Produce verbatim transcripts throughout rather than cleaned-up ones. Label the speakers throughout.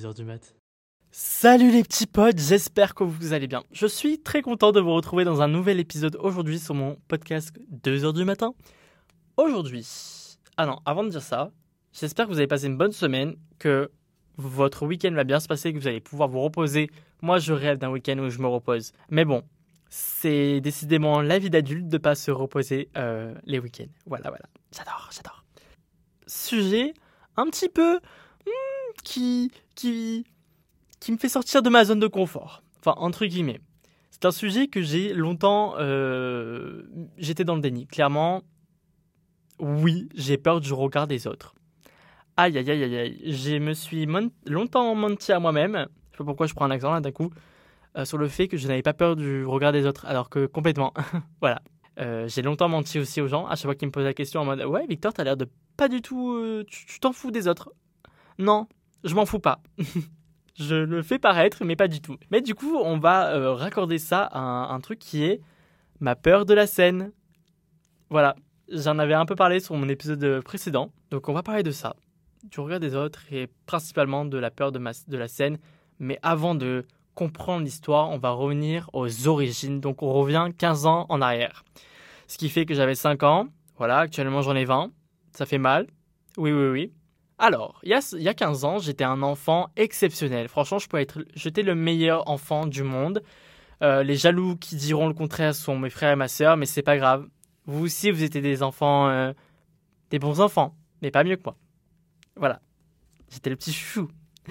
Speaker 1: deux heures du mat. Salut les petits potes, j'espère que vous allez bien. Je suis très content de vous retrouver dans un nouvel épisode aujourd'hui sur mon podcast deux heures du matin. Aujourd'hui, ah non, avant de dire ça, j'espère que vous avez passé une bonne semaine, que votre week-end va bien se passer, que vous allez pouvoir vous reposer. Moi, je rêve d'un week-end où je me repose. Mais bon, c'est décidément la vie d'adulte de ne pas se reposer euh, les week-ends. Voilà, voilà. J'adore, j'adore. Sujet un petit peu hmm, qui, qui, qui me fait sortir de ma zone de confort. Enfin, entre guillemets. C'est un sujet que j'ai longtemps... Euh, j'étais dans le déni. Clairement, oui, j'ai peur du regard des autres. Aïe, aïe, aïe, aïe, aïe. Je me suis mon- longtemps menti à moi-même. Je sais pas pourquoi je prends un accent là d'un coup. Euh, sur le fait que je n'avais pas peur du regard des autres. Alors que complètement. Voilà. Euh, j'ai longtemps menti aussi aux gens. À chaque fois qu'ils me posent la question en mode « Ouais, Victor, t'as l'air de pas du tout... Euh, tu, tu t'en fous des autres. » Non, je m'en fous pas. Je le fais paraître, mais pas du tout. Mais du coup, on va euh, raccorder ça à un, un truc qui est ma peur de la scène. Voilà. J'en avais un peu parlé sur mon épisode précédent. Donc on va parler de ça. Du regard des autres et principalement de la peur de, ma, de la scène. Mais avant de comprendre l'histoire, on va revenir aux origines. Donc on revient quinze ans en arrière. Ce qui fait que j'avais cinq ans. Voilà, actuellement j'en ai vingt. Ça fait mal. Oui, oui, oui. Alors, il y a, il y a quinze ans, j'étais un enfant exceptionnel. Franchement, je pouvais être, j'étais le meilleur enfant du monde. Euh, les jaloux qui diront le contraire sont mes frères et ma sœur, mais c'est pas grave. Vous aussi, vous étiez des enfants, euh, des bons enfants, mais pas mieux que moi. Voilà. J'étais le petit chouchou.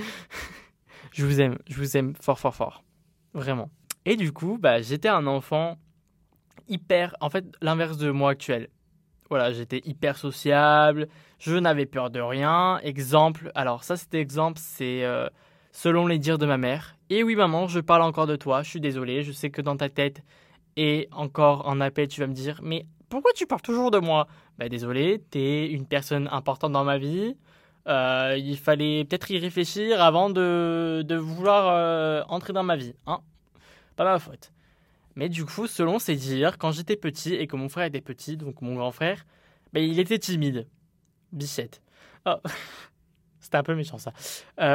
Speaker 1: Je vous aime, je vous aime fort, fort, fort. Vraiment. Et du coup, bah, j'étais un enfant hyper... En fait, l'inverse de moi actuel. Voilà, j'étais hyper sociable, je n'avais peur de rien. Exemple, alors ça, cet exemple, c'est euh, selon les dires de ma mère. Et oui, maman, je parle encore de toi, je suis désolé, je sais que dans ta tête et encore en appel, tu vas me dire « Mais pourquoi tu parles toujours de moi ?» Bah désolé, t'es une personne importante dans ma vie. Euh, il fallait peut-être y réfléchir avant de, de vouloir euh, entrer dans ma vie. Hein, pas ma faute. Mais du coup, selon ses dires, quand j'étais petit et que mon frère était petit, donc mon grand frère, ben, il était timide. Bichette. Oh. C'était un peu méchant ça. Euh...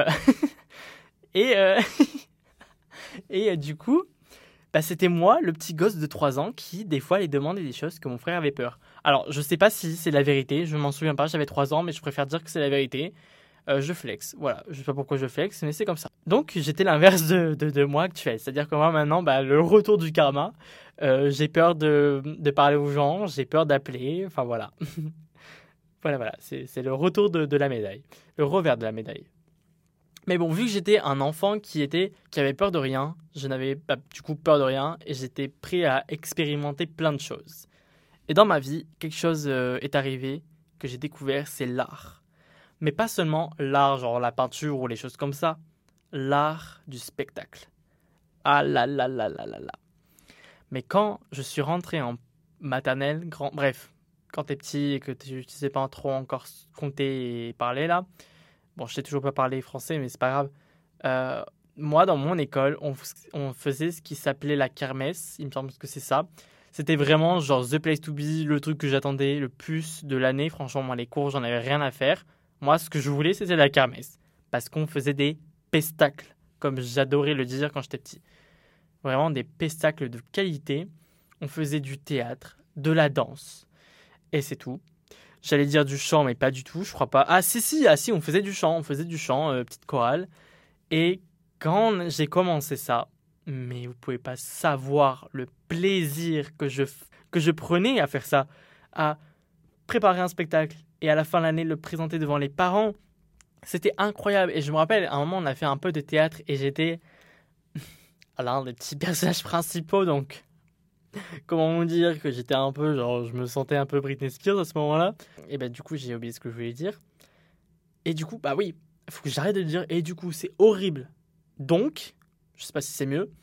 Speaker 1: et euh... et euh, du coup, bah, c'était moi, le petit gosse de trois ans, qui des fois allait demander des choses que mon frère avait peur. Alors, je sais pas si c'est la vérité, je m'en souviens pas, j'avais trois ans, mais je préfère dire que c'est la vérité. Euh, je flex, voilà, je sais pas pourquoi je flex, mais c'est comme ça. Donc j'étais l'inverse de, de, de moi actuel, c'est-à-dire que moi maintenant, bah, le retour du karma, euh, j'ai peur de, de parler aux gens, j'ai peur d'appeler, enfin voilà. Voilà, voilà, c'est, c'est le retour de, de la médaille, le revers de la médaille. Mais bon, vu que j'étais un enfant qui, était, qui avait peur de rien, je n'avais pas du coup peur de rien et j'étais prêt à expérimenter plein de choses. Et dans ma vie, quelque chose euh, est arrivé que j'ai découvert, c'est l'art. Mais pas seulement l'art, genre la peinture ou les choses comme ça. L'art du spectacle. Ah là là là là là là. Mais quand je suis rentré en maternelle, grand... bref, quand t'es petit et que tu ne sais pas trop encore compter et parler là, bon, je sais toujours pas parler français, mais c'est pas grave. Euh, moi, dans mon école, on, on faisait ce qui s'appelait la kermesse, il me semble que c'est ça. C'était vraiment genre the place to be, le truc que j'attendais le plus de l'année. Franchement, moi, les cours, j'en avais rien à faire. Moi, ce que je voulais, c'était la kermesse. Parce qu'on faisait des pestacles, comme j'adorais le dire quand j'étais petit. Vraiment des pestacles de qualité. On faisait du théâtre, de la danse. Et c'est tout. J'allais dire du chant, mais pas du tout, je crois pas. Ah si, si, ah si, on faisait du chant, on faisait du chant, euh, petite chorale. Et quand j'ai commencé ça, mais vous pouvez pas savoir le plaisir que je, que je prenais à faire ça. À préparer un spectacle et à la fin de l'année le présenter devant les parents, c'était incroyable. Et je me rappelle, à un moment, on a fait un peu de théâtre et j'étais l'un des petits personnages principaux, donc comment dire que j'étais un peu, genre, je me sentais un peu Britney Spears à ce moment-là. Et ben du coup, j'ai oublié ce que je voulais dire. Et du coup, bah oui, il faut que j'arrête de le dire. Et du coup, c'est horrible. Donc, je sais pas si c'est mieux,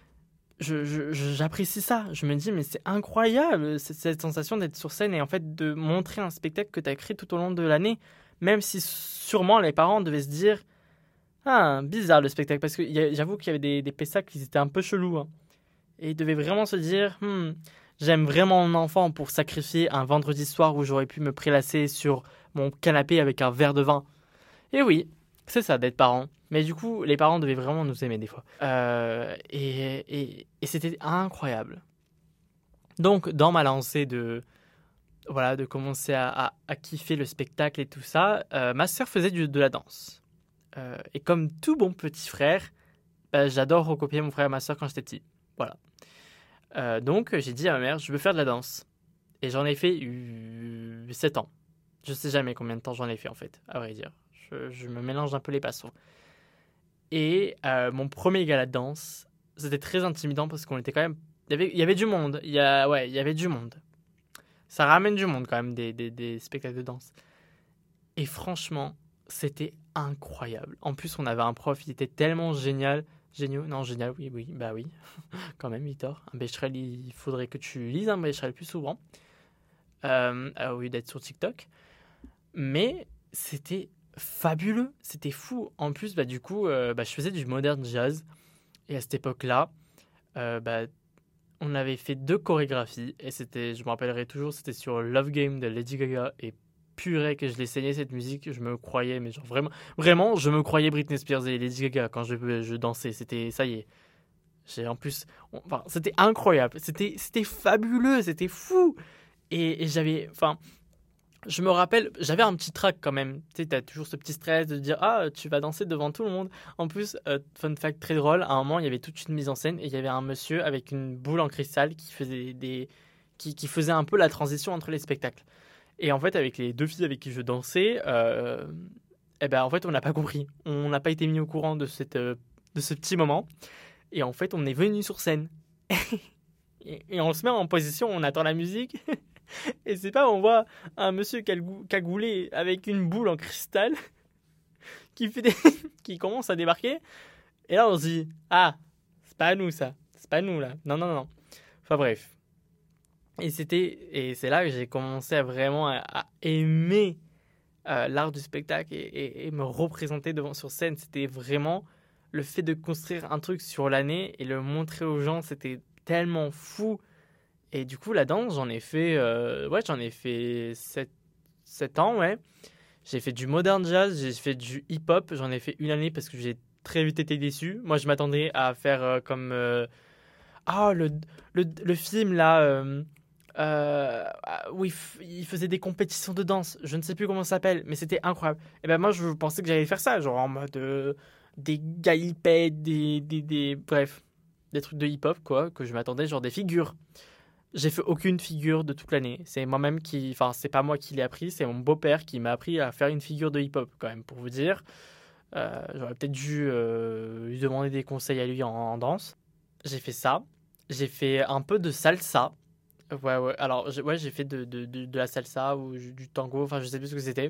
Speaker 1: Je, je, j'apprécie ça. Je me dis, mais c'est incroyable, cette, cette sensation d'être sur scène et en fait de montrer un spectacle que tu as créé tout au long de l'année. Même si sûrement les parents devaient se dire, ah, bizarre le spectacle. Parce que y a, j'avoue qu'il y avait des, des pestacles qui étaient un peu chelous. Hein. Et ils devaient vraiment se dire, hmm, j'aime vraiment mon enfant pour sacrifier un vendredi soir où j'aurais pu me prélasser sur mon canapé avec un verre de vin. Et oui, C'est ça, d'être parent. Mais du coup, les parents devaient vraiment nous aimer des fois. Euh, et, et, et c'était incroyable. Donc, dans ma lancée de, voilà, de commencer à, à, à kiffer le spectacle et tout ça, euh, ma sœur faisait du, de la danse. Euh, et comme tout bon petit frère, bah, j'adore recopier mon frère et ma sœur quand j'étais petit. Voilà. Euh, donc, j'ai dit à ma mère, je veux faire de la danse. Et j'en ai fait euh, sept ans. Je sais jamais combien de temps j'en ai fait, en fait, à vrai dire. Je, je me mélange un peu les pinceaux. Et euh, mon premier gala de danse, c'était très intimidant parce qu'on était quand même... Il y avait, il y avait du monde. Il y a, ouais, il y avait du monde. Ça ramène du monde quand même, des, des, des spectacles de danse. Et franchement, c'était incroyable. En plus, on avait un prof, il était tellement génial. Génial, non, génial, oui, oui, bah oui. Quand même, Victor. Un Becherel, il faudrait que tu lises un Becherel plus souvent. Euh, au lieu d'être sur TikTok. Mais c'était fabuleux, c'était fou. En plus, bah, du coup, euh, bah, je faisais du modern jazz. Et à cette époque-là, euh, bah, on avait fait deux chorégraphies. Et c'était, je me rappellerai toujours, c'était sur Love Game de Lady Gaga. Et purée que je l'ai saigné cette musique, je me croyais, mais genre vraiment, vraiment, je me croyais Britney Spears et Lady Gaga quand je, je dansais. C'était, ça y est. J'ai en plus, on- enfin, c'était incroyable, c'était, c'était fabuleux, c'était fou. Et, et j'avais, enfin, je me rappelle, j'avais un petit trac quand même. Tu sais, t'as toujours ce petit stress de dire ah, tu vas danser devant tout le monde. En plus, euh, fun fact très drôle, à un moment, il y avait toute une mise en scène et il y avait un monsieur avec une boule en cristal qui faisait des, qui, qui faisait un peu la transition entre les spectacles. Et en fait, avec les deux filles avec qui je dansais, euh, eh ben en fait, on n'a pas compris. On n'a pas été mis au courant de cette, euh, de ce petit moment. Et en fait, on est venu sur scène. et, et on se met en position, on attend la musique. Et c'est pas, on voit un monsieur calgou- cagoulé avec une boule en cristal qui, fait des... qui commence à débarquer. Et là, on se dit, ah, c'est pas à nous ça. C'est pas à nous là. Non, non, non. Enfin bref. Et c'était, et c'est là que j'ai commencé à vraiment à, à aimer euh, l'art du spectacle et, et- et me représenter devant sur scène. C'était vraiment le fait de construire un truc sur l'année et le montrer aux gens. C'était tellement fou. Et du coup, la danse, j'en ai fait, euh, ouais, j'en ai fait sept sept ans, ouais. J'ai fait du modern jazz, j'ai fait du hip-hop, j'en ai fait une année parce que j'ai très vite été déçu. Moi, je m'attendais à faire euh, comme... euh, Ah, le, le, le film, là, euh, euh, ah, où il, f- il faisait des compétitions de danse. Je ne sais plus comment ça s'appelle, mais c'était incroyable. Et ben moi, je pensais que j'allais faire ça, genre en mode... euh, des galipettes, des, des, des... Bref, des trucs de hip-hop, quoi, que je m'attendais, genre des figures. J'ai fait aucune figure de toute l'année. C'est moi-même qui, enfin, c'est pas moi qui l'ai appris, c'est mon beau-père qui m'a appris à faire une figure de hip-hop quand même, pour vous dire. Euh, j'aurais peut-être dû euh, lui demander des conseils à lui en, en danse. J'ai fait ça. J'ai fait un peu de salsa. Ouais, ouais. Alors, j'ai- ouais, j'ai fait de, de, de, de la salsa ou du tango. Enfin, je sais plus ce que c'était.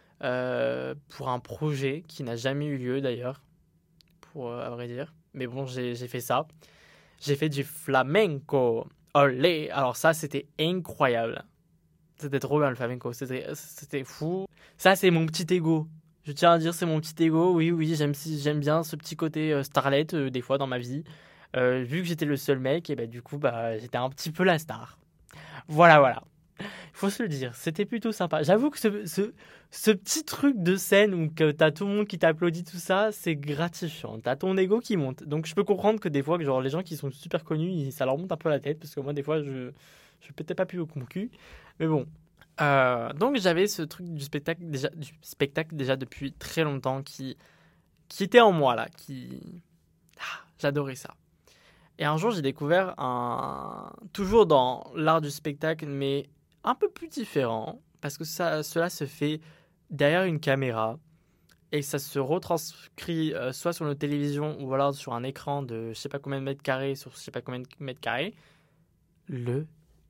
Speaker 1: Euh, pour un projet qui n'a jamais eu lieu d'ailleurs, pour euh, à vrai dire. Mais bon, j'ai j'ai fait ça. J'ai fait du flamenco. Olé! Alors ça, c'était incroyable. C'était trop bien le flamenco. C'était, c'était fou. Ça, c'est mon petit ego. Je tiens à dire, c'est mon petit ego. Oui, oui, j'aime, si- j'aime bien ce petit côté euh, starlet euh, des fois dans ma vie. Euh, vu que j'étais le seul mec, et bah, du coup, bah, j'étais un petit peu la star. Voilà, voilà. Il faut se le dire, c'était plutôt sympa. J'avoue que ce, ce, ce petit truc de scène où que t'as tout le monde qui t'applaudit, tout ça, c'est gratifiant. T'as ton ego qui monte. Donc je peux comprendre que des fois, que genre les gens qui sont super connus, ils- ça leur monte un peu la tête, parce que moi, des fois, je, je pétais pas plus au con cul. Mais bon. Euh, donc j'avais ce truc du spectacle déjà, du spectacle déjà depuis très longtemps qui, qui était en moi là, qui, ah, j'adorais ça. Et un jour, j'ai découvert un. Toujours dans l'art du spectacle, mais un peu plus différent. Parce que ça, cela se fait derrière une caméra. Et ça se retranscrit euh, soit sur notre télévision ou alors sur un écran de je sais pas combien de mètres carrés sur je sais pas combien de mètres carrés. Le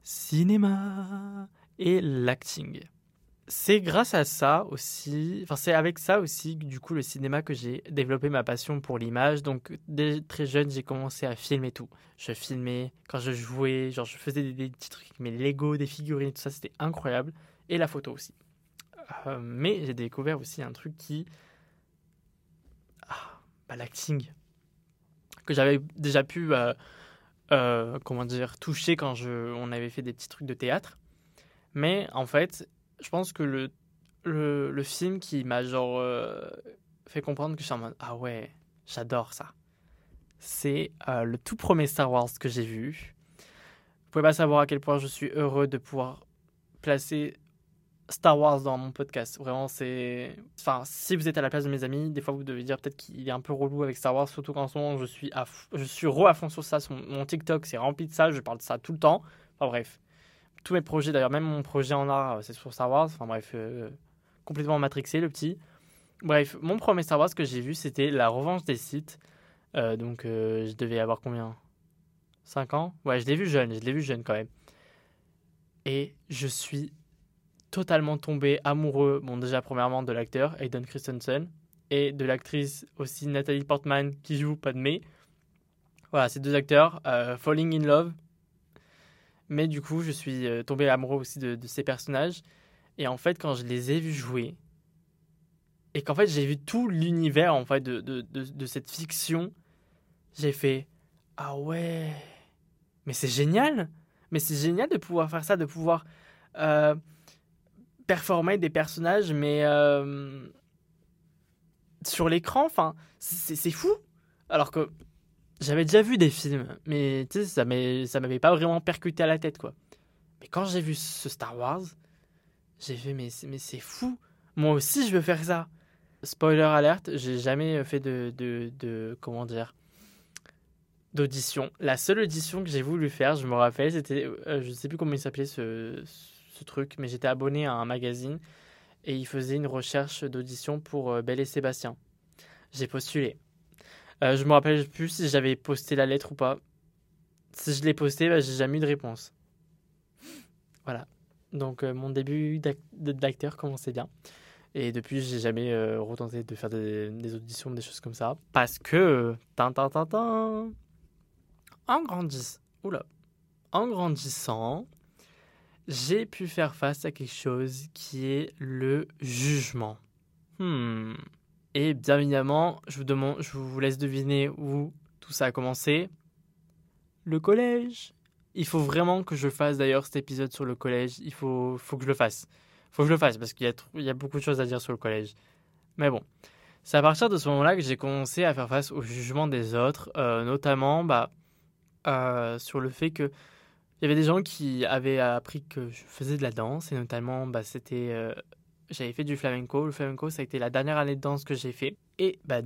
Speaker 1: cinéma et l'acting. C'est grâce à ça aussi, enfin c'est avec ça aussi, que, du coup, le cinéma que j'ai développé ma passion pour l'image. Donc, dès très jeune, j'ai commencé à filmer tout. Je filmais quand je jouais, genre je faisais des, des petits trucs avec mes Lego, des figurines, tout ça, c'était incroyable. Et la photo aussi. Euh, mais j'ai découvert aussi un truc qui, ah, bah, l'acting, que j'avais déjà pu, euh, euh, comment dire, toucher quand je, on avait fait des petits trucs de théâtre. Mais en fait, je pense que le, le, le film qui m'a genre euh, fait comprendre que je suis en mode « Ah ouais, j'adore ça ». C'est euh, le tout premier Star Wars que j'ai vu. Vous pouvez pas savoir à quel point je suis heureux de pouvoir placer Star Wars dans mon podcast. Vraiment, c'est... Enfin, si vous êtes à la place de mes amis, des fois vous devez dire peut-être qu'il est un peu relou avec Star Wars, surtout qu'en ce moment, je suis, à f... je suis re à fond sur ça. Sur mon TikTok, c'est rempli de ça. Je parle de ça tout le temps. Enfin bref. Tous mes projets, d'ailleurs, même mon projet en art, c'est sur Star Wars. Enfin bref, euh, complètement matrixé, le petit. Bref, mon premier Star Wars que j'ai vu, c'était La Revanche des Sith. Euh, donc, euh, je devais avoir combien ? cinq ans ? Ouais, je l'ai vu jeune, je l'ai vu jeune quand même. Et je suis totalement tombé amoureux, bon déjà premièrement de l'acteur Hayden Christensen et de l'actrice aussi Nathalie Portman qui joue Padmé. Voilà, ces deux acteurs, euh, falling in love. Mais du coup, je suis euh, tombé amoureux aussi de, de ces personnages. Et en fait, quand je les ai vus jouer, et qu'en fait j'ai vu tout l'univers en fait de, de, de, de cette fiction, j'ai fait « Ah ouais, mais c'est génial ! Mais c'est génial de pouvoir faire ça, de pouvoir... Euh, performer des personnages, mais euh, sur l'écran, enfin, c'est, c'est fou. Alors que j'avais déjà vu des films, mais tu sais, ça, m'est, ça m'avait pas vraiment percuté à la tête, quoi. Mais quand j'ai vu ce Star Wars, j'ai fait, mais, mais c'est fou. Moi aussi, je veux faire ça. Spoiler alerte, j'ai jamais fait de, de, de comment dire, d'audition. La seule audition que j'ai voulu faire, je me rappelle, c'était, euh, je sais plus comment il s'appelait ce ce truc, mais j'étais abonné à un magazine et il faisait une recherche d'audition pour euh, Belle et Sébastien. J'ai postulé. Euh, je me rappelle plus si j'avais posté la lettre ou pas. Si je l'ai posté, bah, j'ai jamais eu de réponse. Voilà. Donc euh, mon début d'ac- d'acteur commençait bien. Et depuis, j'ai jamais euh, retenté de faire des, des auditions, des choses comme ça. Parce que, tin, tin, tin, tin, en grandissant, oula, en grandissant, j'ai pu faire face à quelque chose qui est le jugement. Hmm. Et bien évidemment, je vous, demande, je vous laisse deviner où tout ça a commencé. Le collège. Il faut vraiment que je fasse d'ailleurs cet épisode sur le collège. Il faut, faut que je le fasse. Il faut que je le fasse parce qu'il y a, il y a beaucoup de choses à dire sur le collège. Mais bon, c'est à partir de ce moment-là que j'ai commencé à faire face au jugement des autres, euh, notamment bah, euh, sur le fait que il y avait des gens qui avaient appris que je faisais de la danse, et notamment, bah, c'était, euh, j'avais fait du flamenco. Le flamenco, ça a été la dernière année de danse que j'ai fait. Et bah,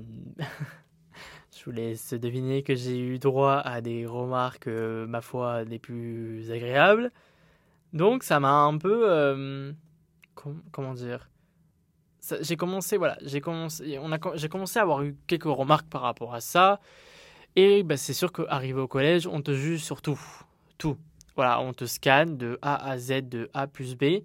Speaker 1: je vous laisse deviner que j'ai eu droit à des remarques, euh, ma foi, les plus agréables. Donc, ça m'a un peu, euh, com- comment dire, ça, j'ai commencé, voilà, j'ai commencé, on a, j'ai commencé à avoir eu quelques remarques par rapport à ça. Et bah, c'est sûr qu'arrivé au collège, on te juge sur tout. Tout. Voilà, on te scanne de A à Z, de A plus B.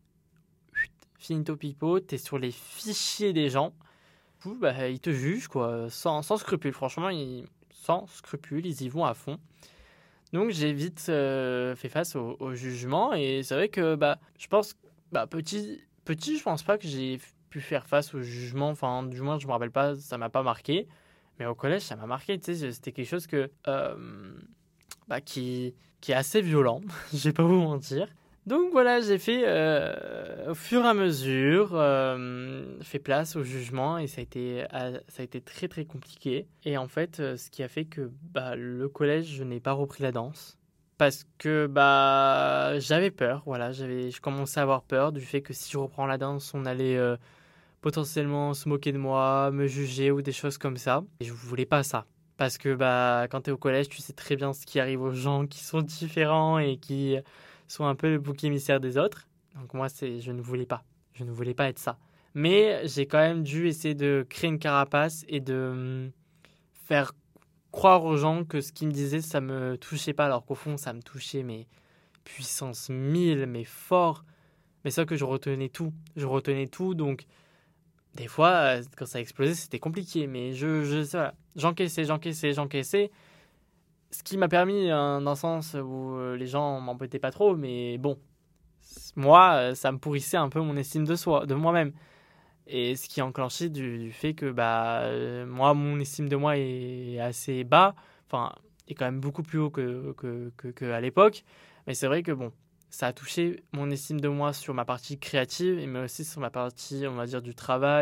Speaker 1: Finito pipo, t'es sur les fichiers des gens. Du coup, bah, ils te jugent, quoi, sans, sans scrupule. Franchement, ils, sans scrupule, ils y vont à fond. Donc, j'ai vite euh, fait face au, au jugement. Et c'est vrai que, bah, je pense, bah, petit, petit, je pense pas que j'ai pu faire face au jugement. Enfin, du moins, je me rappelle pas, ça m'a pas marqué. Mais au collège, ça m'a marqué. Tu sais, c'était quelque chose que... Euh, Bah, qui, qui est assez violent, je vais pas vous mentir. Donc voilà, j'ai fait euh, au fur et à mesure, euh, fait place au jugement et ça a été, euh, ça a été très très compliqué. Et en fait, euh, ce qui a fait que bah, le collège, je n'ai pas repris la danse parce que bah j'avais peur. Voilà, j'avais, je commençais à avoir peur du fait que si je reprends la danse, on allait euh, potentiellement se moquer de moi, me juger ou des choses comme ça. Et je voulais pas ça. Parce que bah, quand tu es au collège, tu sais très bien ce qui arrive aux gens qui sont différents et qui sont un peu le bouc émissaire des autres. Donc moi, c'est, je ne voulais pas. Je ne voulais pas être ça. Mais j'ai quand même dû essayer de créer une carapace et de hum, faire croire aux gens que ce qu'ils me disaient, ça me touchait pas. Alors qu'au fond, ça me touchait, mais puissance mille, mais fort. Mais c'est ça que je retenais tout. Je retenais tout, donc... Des fois, quand ça a explosé, c'était compliqué, mais je, je, voilà, j'encaissais, j'encaissais, j'encaissais. Ce qui m'a permis, hein, dans le sens où euh, les gens m'embêtaient pas trop, mais bon, moi, ça me pourrissait un peu mon estime de soi, de moi-même. Et ce qui a enclenché du, du fait que, bah, euh, moi, mon estime de moi est assez bas, enfin, est quand même beaucoup plus haut que, que, que, que à l'époque. Mais c'est vrai que, bon, ça a touché mon estime de moi sur ma partie créative, mais aussi sur ma partie, on va dire, du travail,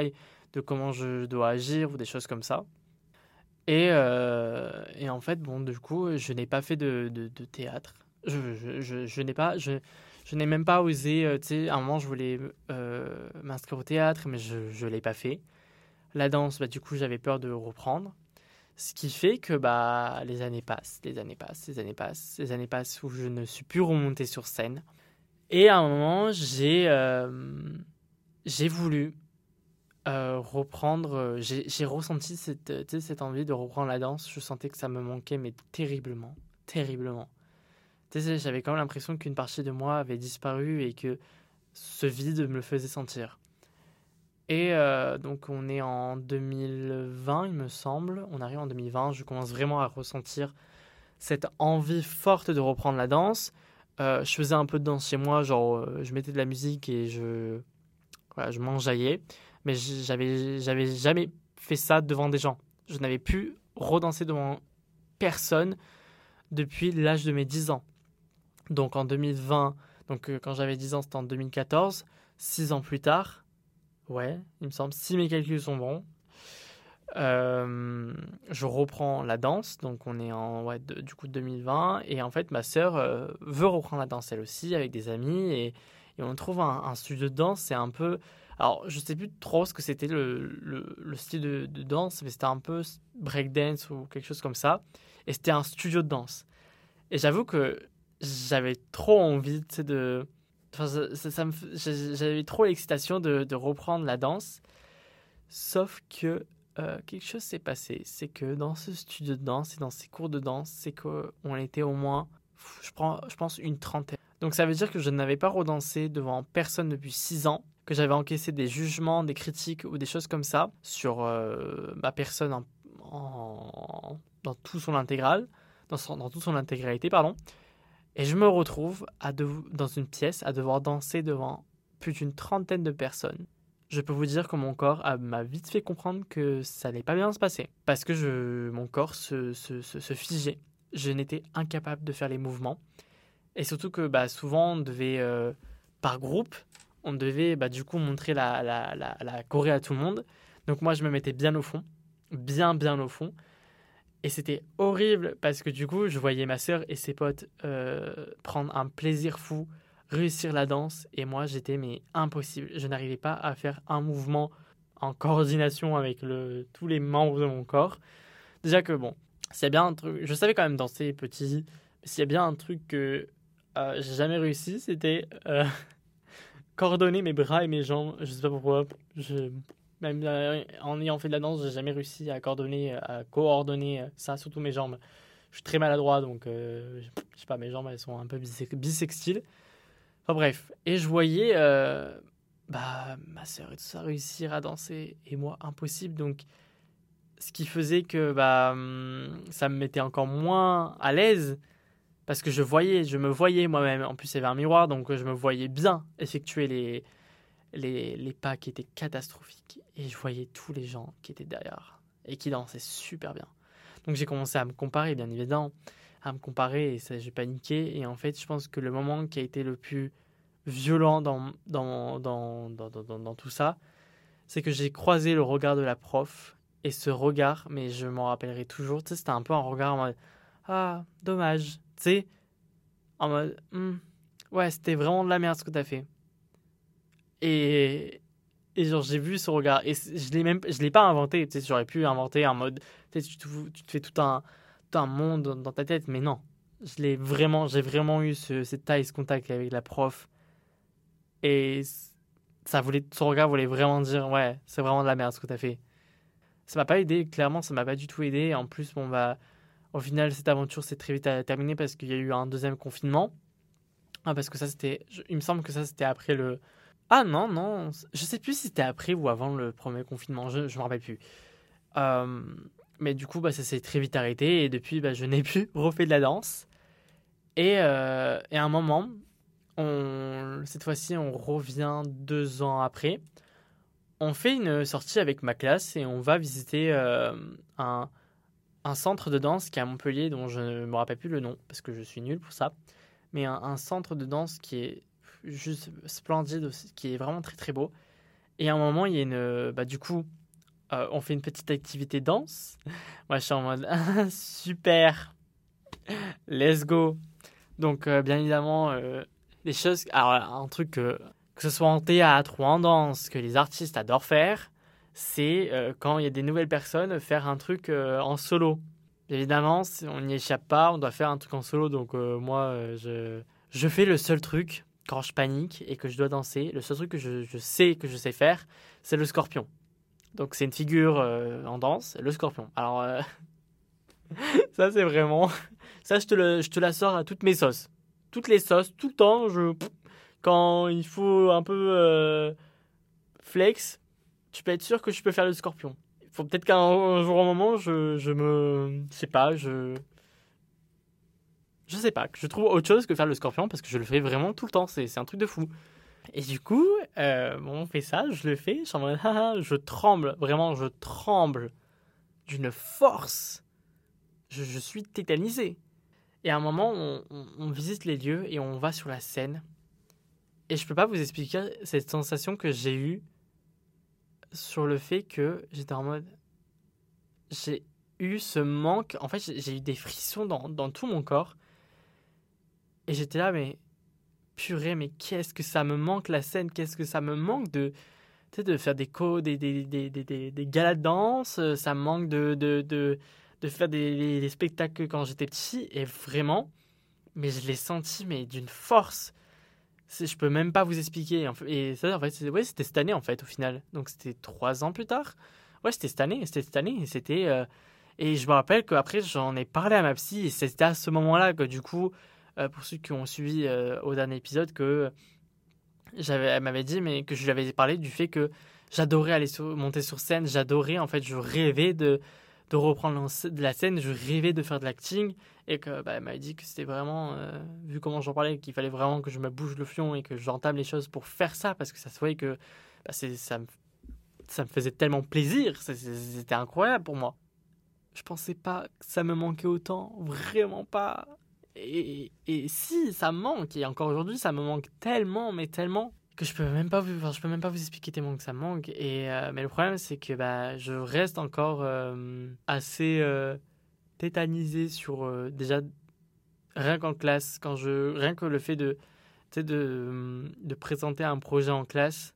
Speaker 1: de comment je dois agir ou des choses comme ça. Et, euh, et en fait, bon, du coup, je n'ai pas fait de, de, de théâtre. Je, je, je, je n'ai pas, je, je n'ai même pas osé, euh, tu sais, à un moment, je voulais euh, m'inscrire au théâtre, mais je ne l'ai pas fait. La danse, bah, du coup, j'avais peur de reprendre. Ce qui fait que bah, les années passent, les années passent, les années passent, les années passent où je ne suis plus remonté sur scène. Et à un moment, j'ai, euh, j'ai voulu euh, reprendre, euh, j'ai, j'ai ressenti cette, tu sais, cette envie de reprendre la danse. Je sentais que ça me manquait, mais terriblement, terriblement. Tu sais, j'avais quand même l'impression qu'une partie de moi avait disparu et que ce vide me le faisait sentir. Et euh, donc on est en deux mille vingt, il me semble. On arrive en deux mille vingt, je commence vraiment à ressentir cette envie forte de reprendre la danse. Euh, je faisais un peu de danse chez moi, genre euh, je mettais de la musique et je, voilà, je m'enjaillais. Mais j'avais, j'avais jamais fait ça devant des gens. Je n'avais plus redansé devant personne depuis l'âge de mes dix ans. Donc en deux mille vingt, donc euh, quand j'avais dix ans, c'était en deux mille quatorze. six ans plus tard, ouais, il me semble, si mes calculs sont bons, euh, je reprends la danse. Donc on est en ouais, de, du coup deux mille vingt. Et en fait, ma sœur euh, veut reprendre la danse elle aussi avec des amis. Et, et on trouve un, un studio de danse. C'est un peu... Alors, je sais plus trop ce que c'était le, le, le style de, de danse, mais c'était un peu breakdance ou quelque chose comme ça. Et c'était un studio de danse. Et j'avoue que j'avais trop envie, tu sais, de... Enfin, ça, ça, ça me... J'avais trop l'excitation de, de reprendre la danse. Sauf que euh, quelque chose s'est passé. C'est que dans ce studio de danse et dans ces cours de danse, c'est qu'on était au moins, je, prends, je pense, une trentaine. Donc ça veut dire que je n'avais pas redansé devant personne depuis six ans, que j'avais encaissé des jugements, des critiques ou des choses comme ça sur euh, ma personne en, en, dans tout son intégral, dans, son, dans toute son intégralité, pardon. Et je me retrouve à de, dans une pièce à devoir danser devant plus d'une trentaine de personnes. Je peux vous dire que mon corps a, m'a vite fait comprendre que ça n'allait pas bien se passer. Parce que je, mon corps se, se, se, se figeait. Je n'étais incapable de faire les mouvements. Et surtout que bah, souvent, on devait, euh, par groupe, on devait bah, du coup montrer la, la, la, la choré à tout le monde. Donc moi, je me mettais bien au fond. Bien, bien au fond. Et c'était horrible parce que du coup, je voyais ma sœur et ses potes euh, prendre un plaisir fou, réussir la danse. Et moi, j'étais mais impossible. Je n'arrivais pas à faire un mouvement en coordination avec le, tous les membres de mon corps. Déjà que bon, s'il y a bien un truc... Je savais quand même danser petit. Mais s'il y a bien un truc que euh, j'ai jamais réussi, c'était euh, coordonner mes bras et mes jambes. Je sais pas pourquoi. Je... Même euh, en ayant fait de la danse, j'ai jamais réussi à coordonner, à coordonner ça, surtout mes jambes. Je suis très maladroit, donc euh, je sais pas, mes jambes elles sont un peu bisextiles. Enfin bref, et je voyais euh, bah, ma sœur et tout ça réussir à danser, et moi impossible. Donc ce qui faisait que bah, ça me mettait encore moins à l'aise, parce que je voyais, je me voyais moi-même. En plus, il y avait un miroir, donc je me voyais bien effectuer les Les, les pas qui étaient catastrophiques. Et je voyais tous les gens qui étaient derrière et qui dansaient super bien. Donc j'ai commencé à me comparer, bien évidemment, à me comparer et ça, j'ai paniqué. Et en fait, je pense que le moment qui a été le plus violent dans, dans, dans, dans, dans, dans, dans tout ça, c'est que j'ai croisé le regard de la prof. Et ce regard, mais je m'en rappellerai toujours, tu sais, c'était un peu un regard en mode « Ah, dommage », tu sais, en mode hm, « Ouais, c'était vraiment de la merde ce que t'as fait ». Et, et genre, j'ai vu ce regard. Et je l'ai même, je l'ai pas inventé. Tu sais, j'aurais pu inventer un mode. Tu sais, tu te, tu te fais tout un, tout un monde dans ta tête. Mais non. Je l'ai vraiment, j'ai vraiment eu ce, cette taille, ce contact avec la prof. Et ça voulait, son regard voulait vraiment dire ouais, c'est vraiment de la merde ce que t'as fait. Ça m'a pas aidé. Clairement, ça m'a pas du tout aidé. En plus, bon, bah, au final, cette aventure s'est très vite terminée parce qu'il y a eu un deuxième confinement. Ah, parce que ça, c'était. Il me semble que ça, c'était après le. Ah non, non, je sais plus si c'était après ou avant le premier confinement, je ne me rappelle plus. Euh, mais du coup, bah, ça s'est très vite arrêté et depuis, bah, je n'ai plus refait de la danse. Et, euh, et à un moment, on, cette fois-ci, on revient deux ans après. On fait une sortie avec ma classe et on va visiter euh, un, un centre de danse qui est à Montpellier, dont je ne me rappelle plus le nom parce que je suis nul pour ça. Mais un, un centre de danse qui est juste splendide aussi, qui est vraiment très très beau. Et à un moment, il y a une... Bah, du coup, euh, on fait une petite activité danse. Moi, je suis en mode, ah, super, let's go. Donc, euh, bien évidemment, euh, les choses... Alors, un truc, euh, que ce soit en théâtre ou en danse, que les artistes adorent faire, c'est euh, quand il y a des nouvelles personnes, faire un truc euh, en solo. Évidemment, on n'y échappe pas, on doit faire un truc en solo. Donc, euh, moi, euh, je, je fais le seul truc quand je panique et que je dois danser. Le seul truc que je, je sais que je sais faire, c'est le scorpion. Donc, c'est une figure euh, en danse, le scorpion. Alors, euh, ça, c'est vraiment... Ça, je te, le, je te la sors à toutes mes sauces. Toutes les sauces, tout le temps. Je... Quand il faut un peu euh, flex, tu peux être sûr que je peux faire le scorpion. Il faut peut-être qu'un un jour, un moment, je, je me... Je sais pas, je... Je sais pas, que je trouve autre chose que faire le scorpion parce que je le fais vraiment tout le temps. C'est, c'est un truc de fou. Et du coup, euh, bon, on fait ça, je le fais. Je suis en mode, ah, ah, je tremble. Vraiment, je tremble d'une force. Je, je suis tétanisé. Et à un moment, on, on, on visite les lieux et on va sur la scène. Et je peux pas vous expliquer cette sensation que j'ai eue sur le fait que j'étais en mode... J'ai eu ce manque... En fait, j'ai, j'ai eu des frissons dans, dans tout mon corps. Et j'étais là, mais... Purée, mais qu'est-ce que ça me manque la scène, qu'est-ce que ça me manque de, tu sais, de faire des, co, des, des, des, des, des, des galas de danse, ça me manque de, de, de, de faire des, des spectacles quand j'étais petit, et vraiment, mais je l'ai senti, mais d'une force, c'est, je peux même pas vous expliquer, et ça, en fait, c'est, ouais, c'était cette année, en fait, au final, donc c'était trois ans plus tard, ouais, c'était cette année, c'était cette année, et c'était, euh, et je me rappelle qu'après, j'en ai parlé à ma psy, et c'était à ce moment-là que, du coup, euh, pour ceux qui ont suivi euh, au dernier épisode, que j'avais, elle m'avait dit, mais que je lui avais parlé du fait que j'adorais aller sur, monter sur scène, j'adorais, en fait, je rêvais de, de reprendre de la scène, je rêvais de faire de l'acting, et que bah, elle m'avait dit que c'était vraiment, euh, vu comment j'en parlais, qu'il fallait vraiment que je me bouge le fion et que j'entame les choses pour faire ça, parce que ça se voyait que bah, c'est, ça, me, ça me faisait tellement plaisir, c'était incroyable pour moi. Je pensais pas que ça me manquait autant, vraiment pas. Et, et si, ça me manque. Et encore aujourd'hui, ça me manque tellement, mais tellement, que je peux même pas vous, enfin, je peux même pas vous expliquer tellement que ça me manque. Et, euh, mais le problème, c'est que bah, je reste encore euh, assez euh, tétanisé sur euh, déjà rien qu'en classe, quand je, rien que le fait de, tu sais, de, de présenter un projet en classe.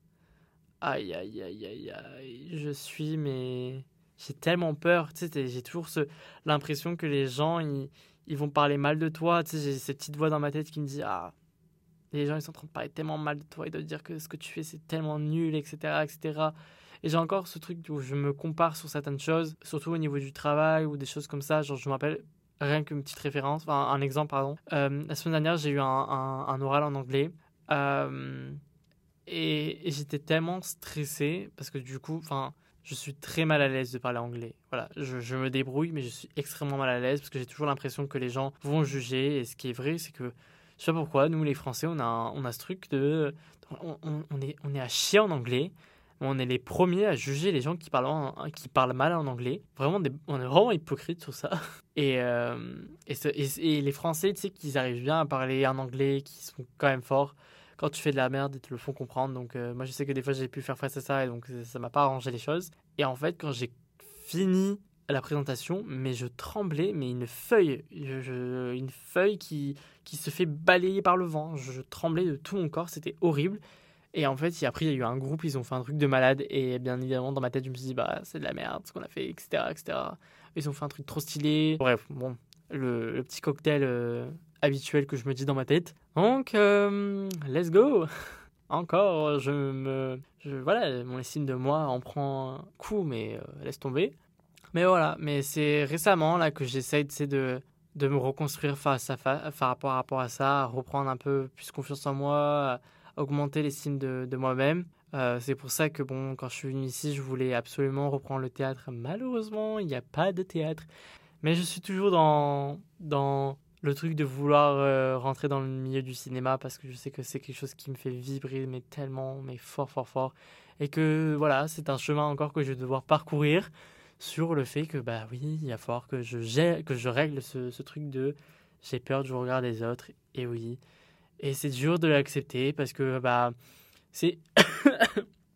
Speaker 1: Aïe, aïe, aïe, aïe, aïe, je suis, mais j'ai tellement peur. Tu sais, j'ai toujours ce, l'impression que les gens, ils ils vont parler mal de toi. Tu sais, j'ai cette petite voix dans ma tête qui me dit, ah, les gens, ils sont en train de parler tellement mal de toi et de dire que ce que tu fais, c'est tellement nul, et cetera, et cetera. Et j'ai encore ce truc où je me compare sur certaines choses, surtout au niveau du travail ou des choses comme ça. Genre, je me rappelle, rien qu'une petite référence, enfin, un exemple, pardon. Euh, la semaine dernière, j'ai eu un, un, un oral en anglais. Euh, et, et j'étais tellement stressé parce que du coup, enfin... Je suis très mal à l'aise de parler anglais. Voilà, je, je me débrouille, mais je suis extrêmement mal à l'aise parce que j'ai toujours l'impression que les gens vont juger. Et ce qui est vrai, c'est que je sais pas pourquoi, nous les Français, on a, on a ce truc de, on, on, on est, on est à chier en anglais. On est les premiers à juger les gens qui parlent, en, qui parlent mal en anglais. Vraiment, des, on est vraiment hypocrites sur ça. Et, euh, et, ce, et, et les Français, tu sais, qu'ils arrivent bien à parler en anglais, qui sont quand même forts. Quand tu fais de la merde, ils te le font comprendre. Donc, euh, moi, je sais que des fois, j'ai pu faire face à ça et donc ça m'a pas arrangé les choses. Et en fait, quand j'ai fini la présentation, mais je tremblais, mais une feuille, je, je, une feuille qui, qui se fait balayer par le vent. Je, je tremblais de tout mon corps, c'était horrible. Et en fait, après, il y a eu un groupe, ils ont fait un truc de malade. Et bien évidemment, dans ma tête, je me suis dit, bah, c'est de la merde ce qu'on a fait, et cetera, et cetera. Ils ont fait un truc trop stylé. Bref, bon, le, le petit cocktail euh, habituel que je me dis dans ma tête. Donc, euh, let's go. Encore, je me... Je, voilà, mon estime de moi en prend un coup, mais euh, laisse tomber. Mais voilà, mais c'est récemment là que j'essaye de, de me reconstruire face à face, par rapport, rapport à ça, à reprendre un peu plus confiance en moi, à augmenter l'estime de, de moi-même. Euh, c'est pour ça que bon, quand je suis venu ici, je voulais absolument reprendre le théâtre. Malheureusement, il n'y a pas de théâtre. Mais je suis toujours dans, dans le truc de vouloir euh, rentrer dans le milieu du cinéma parce que je sais que c'est quelque chose qui me fait vibrer, mais tellement, mais fort, fort, fort. Et que voilà, c'est un chemin encore que je vais devoir parcourir sur le fait que, bah oui, il va falloir que je, gère, que je règle ce, ce truc de j'ai peur du regard des autres. Et oui. Et c'est dur de l'accepter parce que, bah, c'est.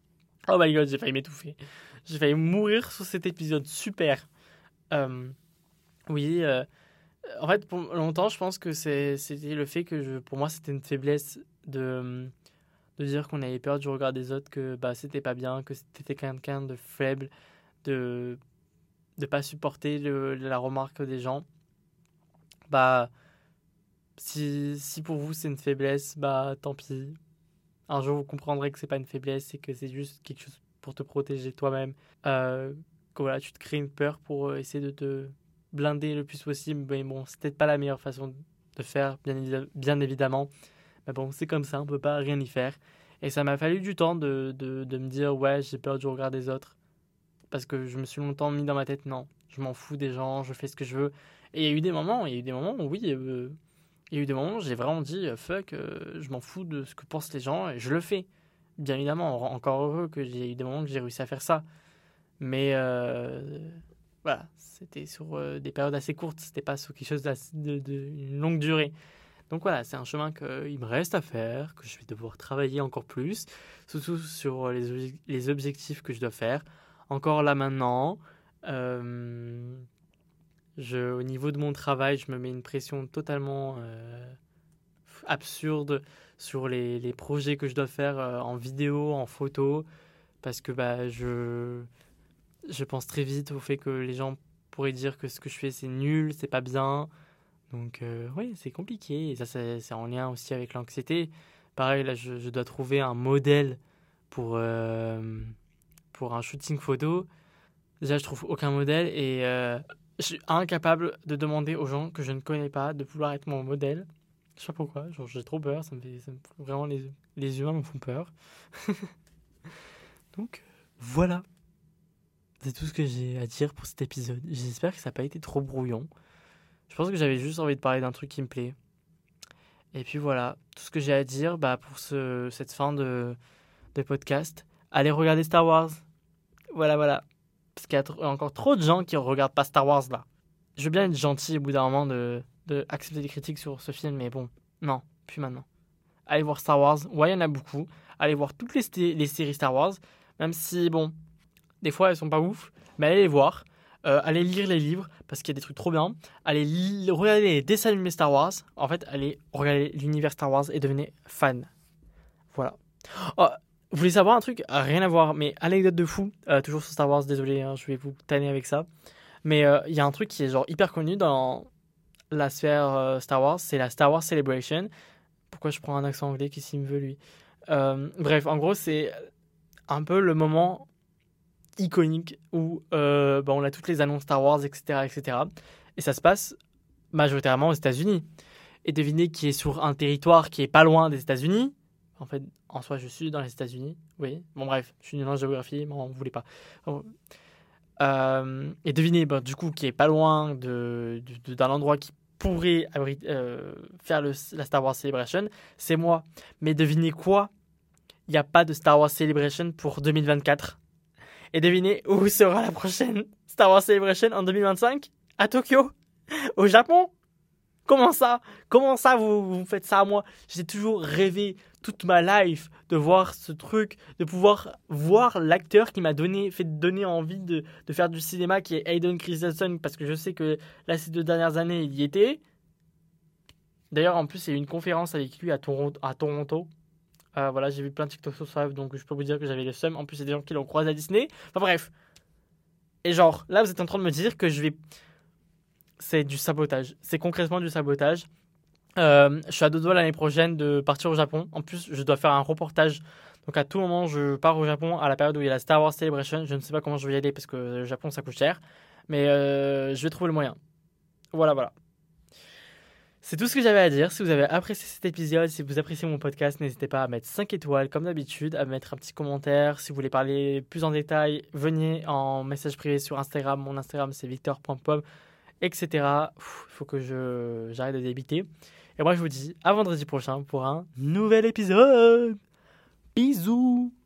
Speaker 1: Oh my god, j'ai failli m'étouffer. J'ai failli mourir sur cet épisode. Super. Euh, oui, euh, en fait, pour longtemps, je pense que c'est, c'était le fait que je, pour moi, c'était une faiblesse de, de dire qu'on avait peur du regard des autres, que bah, c'était pas bien, que c'était quelqu'un de faible, de ne pas supporter le, la remarque des gens. Bah, si, si pour vous c'est une faiblesse, bah tant pis. Un jour, vous comprendrez que c'est pas une faiblesse et que c'est juste quelque chose pour te protéger toi-même. Euh, que voilà, tu te crées une peur pour euh, essayer de te blinder le plus possible. Mais bon, c'est peut-être pas la meilleure façon de faire, bien, évi- bien évidemment. Mais bon, c'est comme ça, on peut pas rien y faire. Et ça m'a fallu du temps de, de, de me dire, ouais, j'ai peur du regard des autres. Parce que je me suis longtemps mis dans ma tête, non, je m'en fous des gens, je fais ce que je veux. Et il y a eu des moments, il y a eu des moments où oui, euh, il y a eu des moments où j'ai vraiment dit, euh, fuck, euh, je m'en fous de ce que pensent les gens et je le fais. Bien évidemment, encore heureux que j'ai eu des moments que j'ai réussi à faire ça. Mais euh, voilà, c'était sur euh, des périodes assez courtes, c'était pas sur quelque chose d'assez- de, de, une longue durée. Donc voilà, c'est un chemin qu'il me reste à faire, que je vais devoir travailler encore plus, surtout sur les, obje- les objectifs que je dois faire. Encore là maintenant, euh, je, au niveau de mon travail, je me mets une pression totalement euh, absurde sur les, les projets que je dois faire euh, en vidéo, en photo, parce que bah, je, je pense très vite au fait que les gens pourraient dire que ce que je fais c'est nul, c'est pas bien. Donc euh, oui, c'est compliqué. Et ça, c'est, c'est en lien aussi avec l'anxiété. Pareil, là, je, je dois trouver un modèle pour, euh, pour un shooting photo. Déjà, je trouve aucun modèle et euh, je suis incapable de demander aux gens que je ne connais pas de vouloir être mon modèle. Je sais pas pourquoi, genre, j'ai trop peur, ça me fait, ça me- vraiment les, les humains me font peur. Donc voilà, c'est tout ce que j'ai à dire pour cet épisode. J'espère que ça n'a pas été trop brouillon. Je pense que j'avais juste envie de parler d'un truc qui me plaît. Et puis voilà, tout ce que j'ai à dire bah, pour ce, cette fin de, de podcast. Allez regarder Star Wars. Voilà, voilà. Parce qu'il y a tr- encore trop de gens qui ne regardent pas Star Wars là. Je veux bien être gentil au bout d'un moment de, de accepter des critiques sur ce film, mais bon, non, plus maintenant. Allez voir Star Wars. Ouais, il y en a beaucoup. Allez voir toutes les, sté- les séries Star Wars. Même si, bon, des fois elles sont pas ouf, mais allez les voir. Euh, allez lire les livres parce qu'il y a des trucs trop bien. Allez li- regarder les dessins animés Star Wars. En fait, allez regarder l'univers Star Wars et devenez fan. Voilà. Oh, vous voulez savoir un truc? Rien à voir, mais anecdote de fou. Euh, toujours sur Star Wars, désolé, hein, je vais vous tanner avec ça. Mais il euh, y a un truc qui est genre hyper connu dans la sphère euh, Star Wars, c'est la Star Wars Celebration. Pourquoi je prends un accent anglais? Qu'est-ce qu'il me veut lui? Euh, Bref, en gros, c'est un peu le moment iconique où euh, bah, on a toutes les annonces Star Wars, et cetera, et cetera. Et ça se passe majoritairement aux États-Unis. Et devinez qui est sur un territoire qui est pas loin des États-Unis. En fait, en soi, je suis dans les États-Unis. Oui. Bon, bref, je suis nul en géographie, mais on ne voulait pas. Euh, et devinez, bah, du coup, qui est pas loin de, de- d'un endroit qui pourrait abri- euh, faire le, la Star Wars Celebration, c'est moi. Mais devinez quoi? Il n'y a pas de Star Wars Celebration pour deux mille vingt-quatre. Et devinez où sera la prochaine Star Wars Celebration en deux mille vingt-cinq? À Tokyo? Au Japon? Comment ça? Comment ça vous, vous faites ça à moi? J'ai toujours rêvé toute ma life de voir ce truc, de pouvoir voir l'acteur qui m'a donné, fait donner envie de, de faire du cinéma, qui est Hayden Christensen, parce que je sais que là, ces deux dernières années, il y était. D'ailleurs, en plus, il y a eu une conférence avec lui à Toronto. À Toronto. Euh, voilà, j'ai vu plein de TikTok sur ça, donc je peux vous dire que j'avais le seum. En plus, il y a des gens qui l'ont croisé à Disney. Enfin bref. Et genre, là, vous êtes en train de me dire que je vais... C'est du sabotage. C'est concrètement du sabotage. Euh, je suis à deux doigts l'année prochaine de partir au Japon. En plus, je dois faire un reportage. Donc à tout moment, je pars au Japon à la période où il y a la Star Wars Celebration. Je ne sais pas comment je vais y aller parce que le Japon, ça coûte cher. Mais euh, je vais trouver le moyen. Voilà, voilà. C'est tout ce que j'avais à dire. Si vous avez apprécié cet épisode, si vous appréciez mon podcast, n'hésitez pas à mettre cinq étoiles comme d'habitude, à mettre un petit commentaire. Si vous voulez parler plus en détail, venez en message privé sur Instagram. Mon Instagram, c'est victor point pom, et cetera. Il faut que je, j'arrête de débiter. Et moi, je vous dis à vendredi prochain pour un nouvel épisode. Bisous!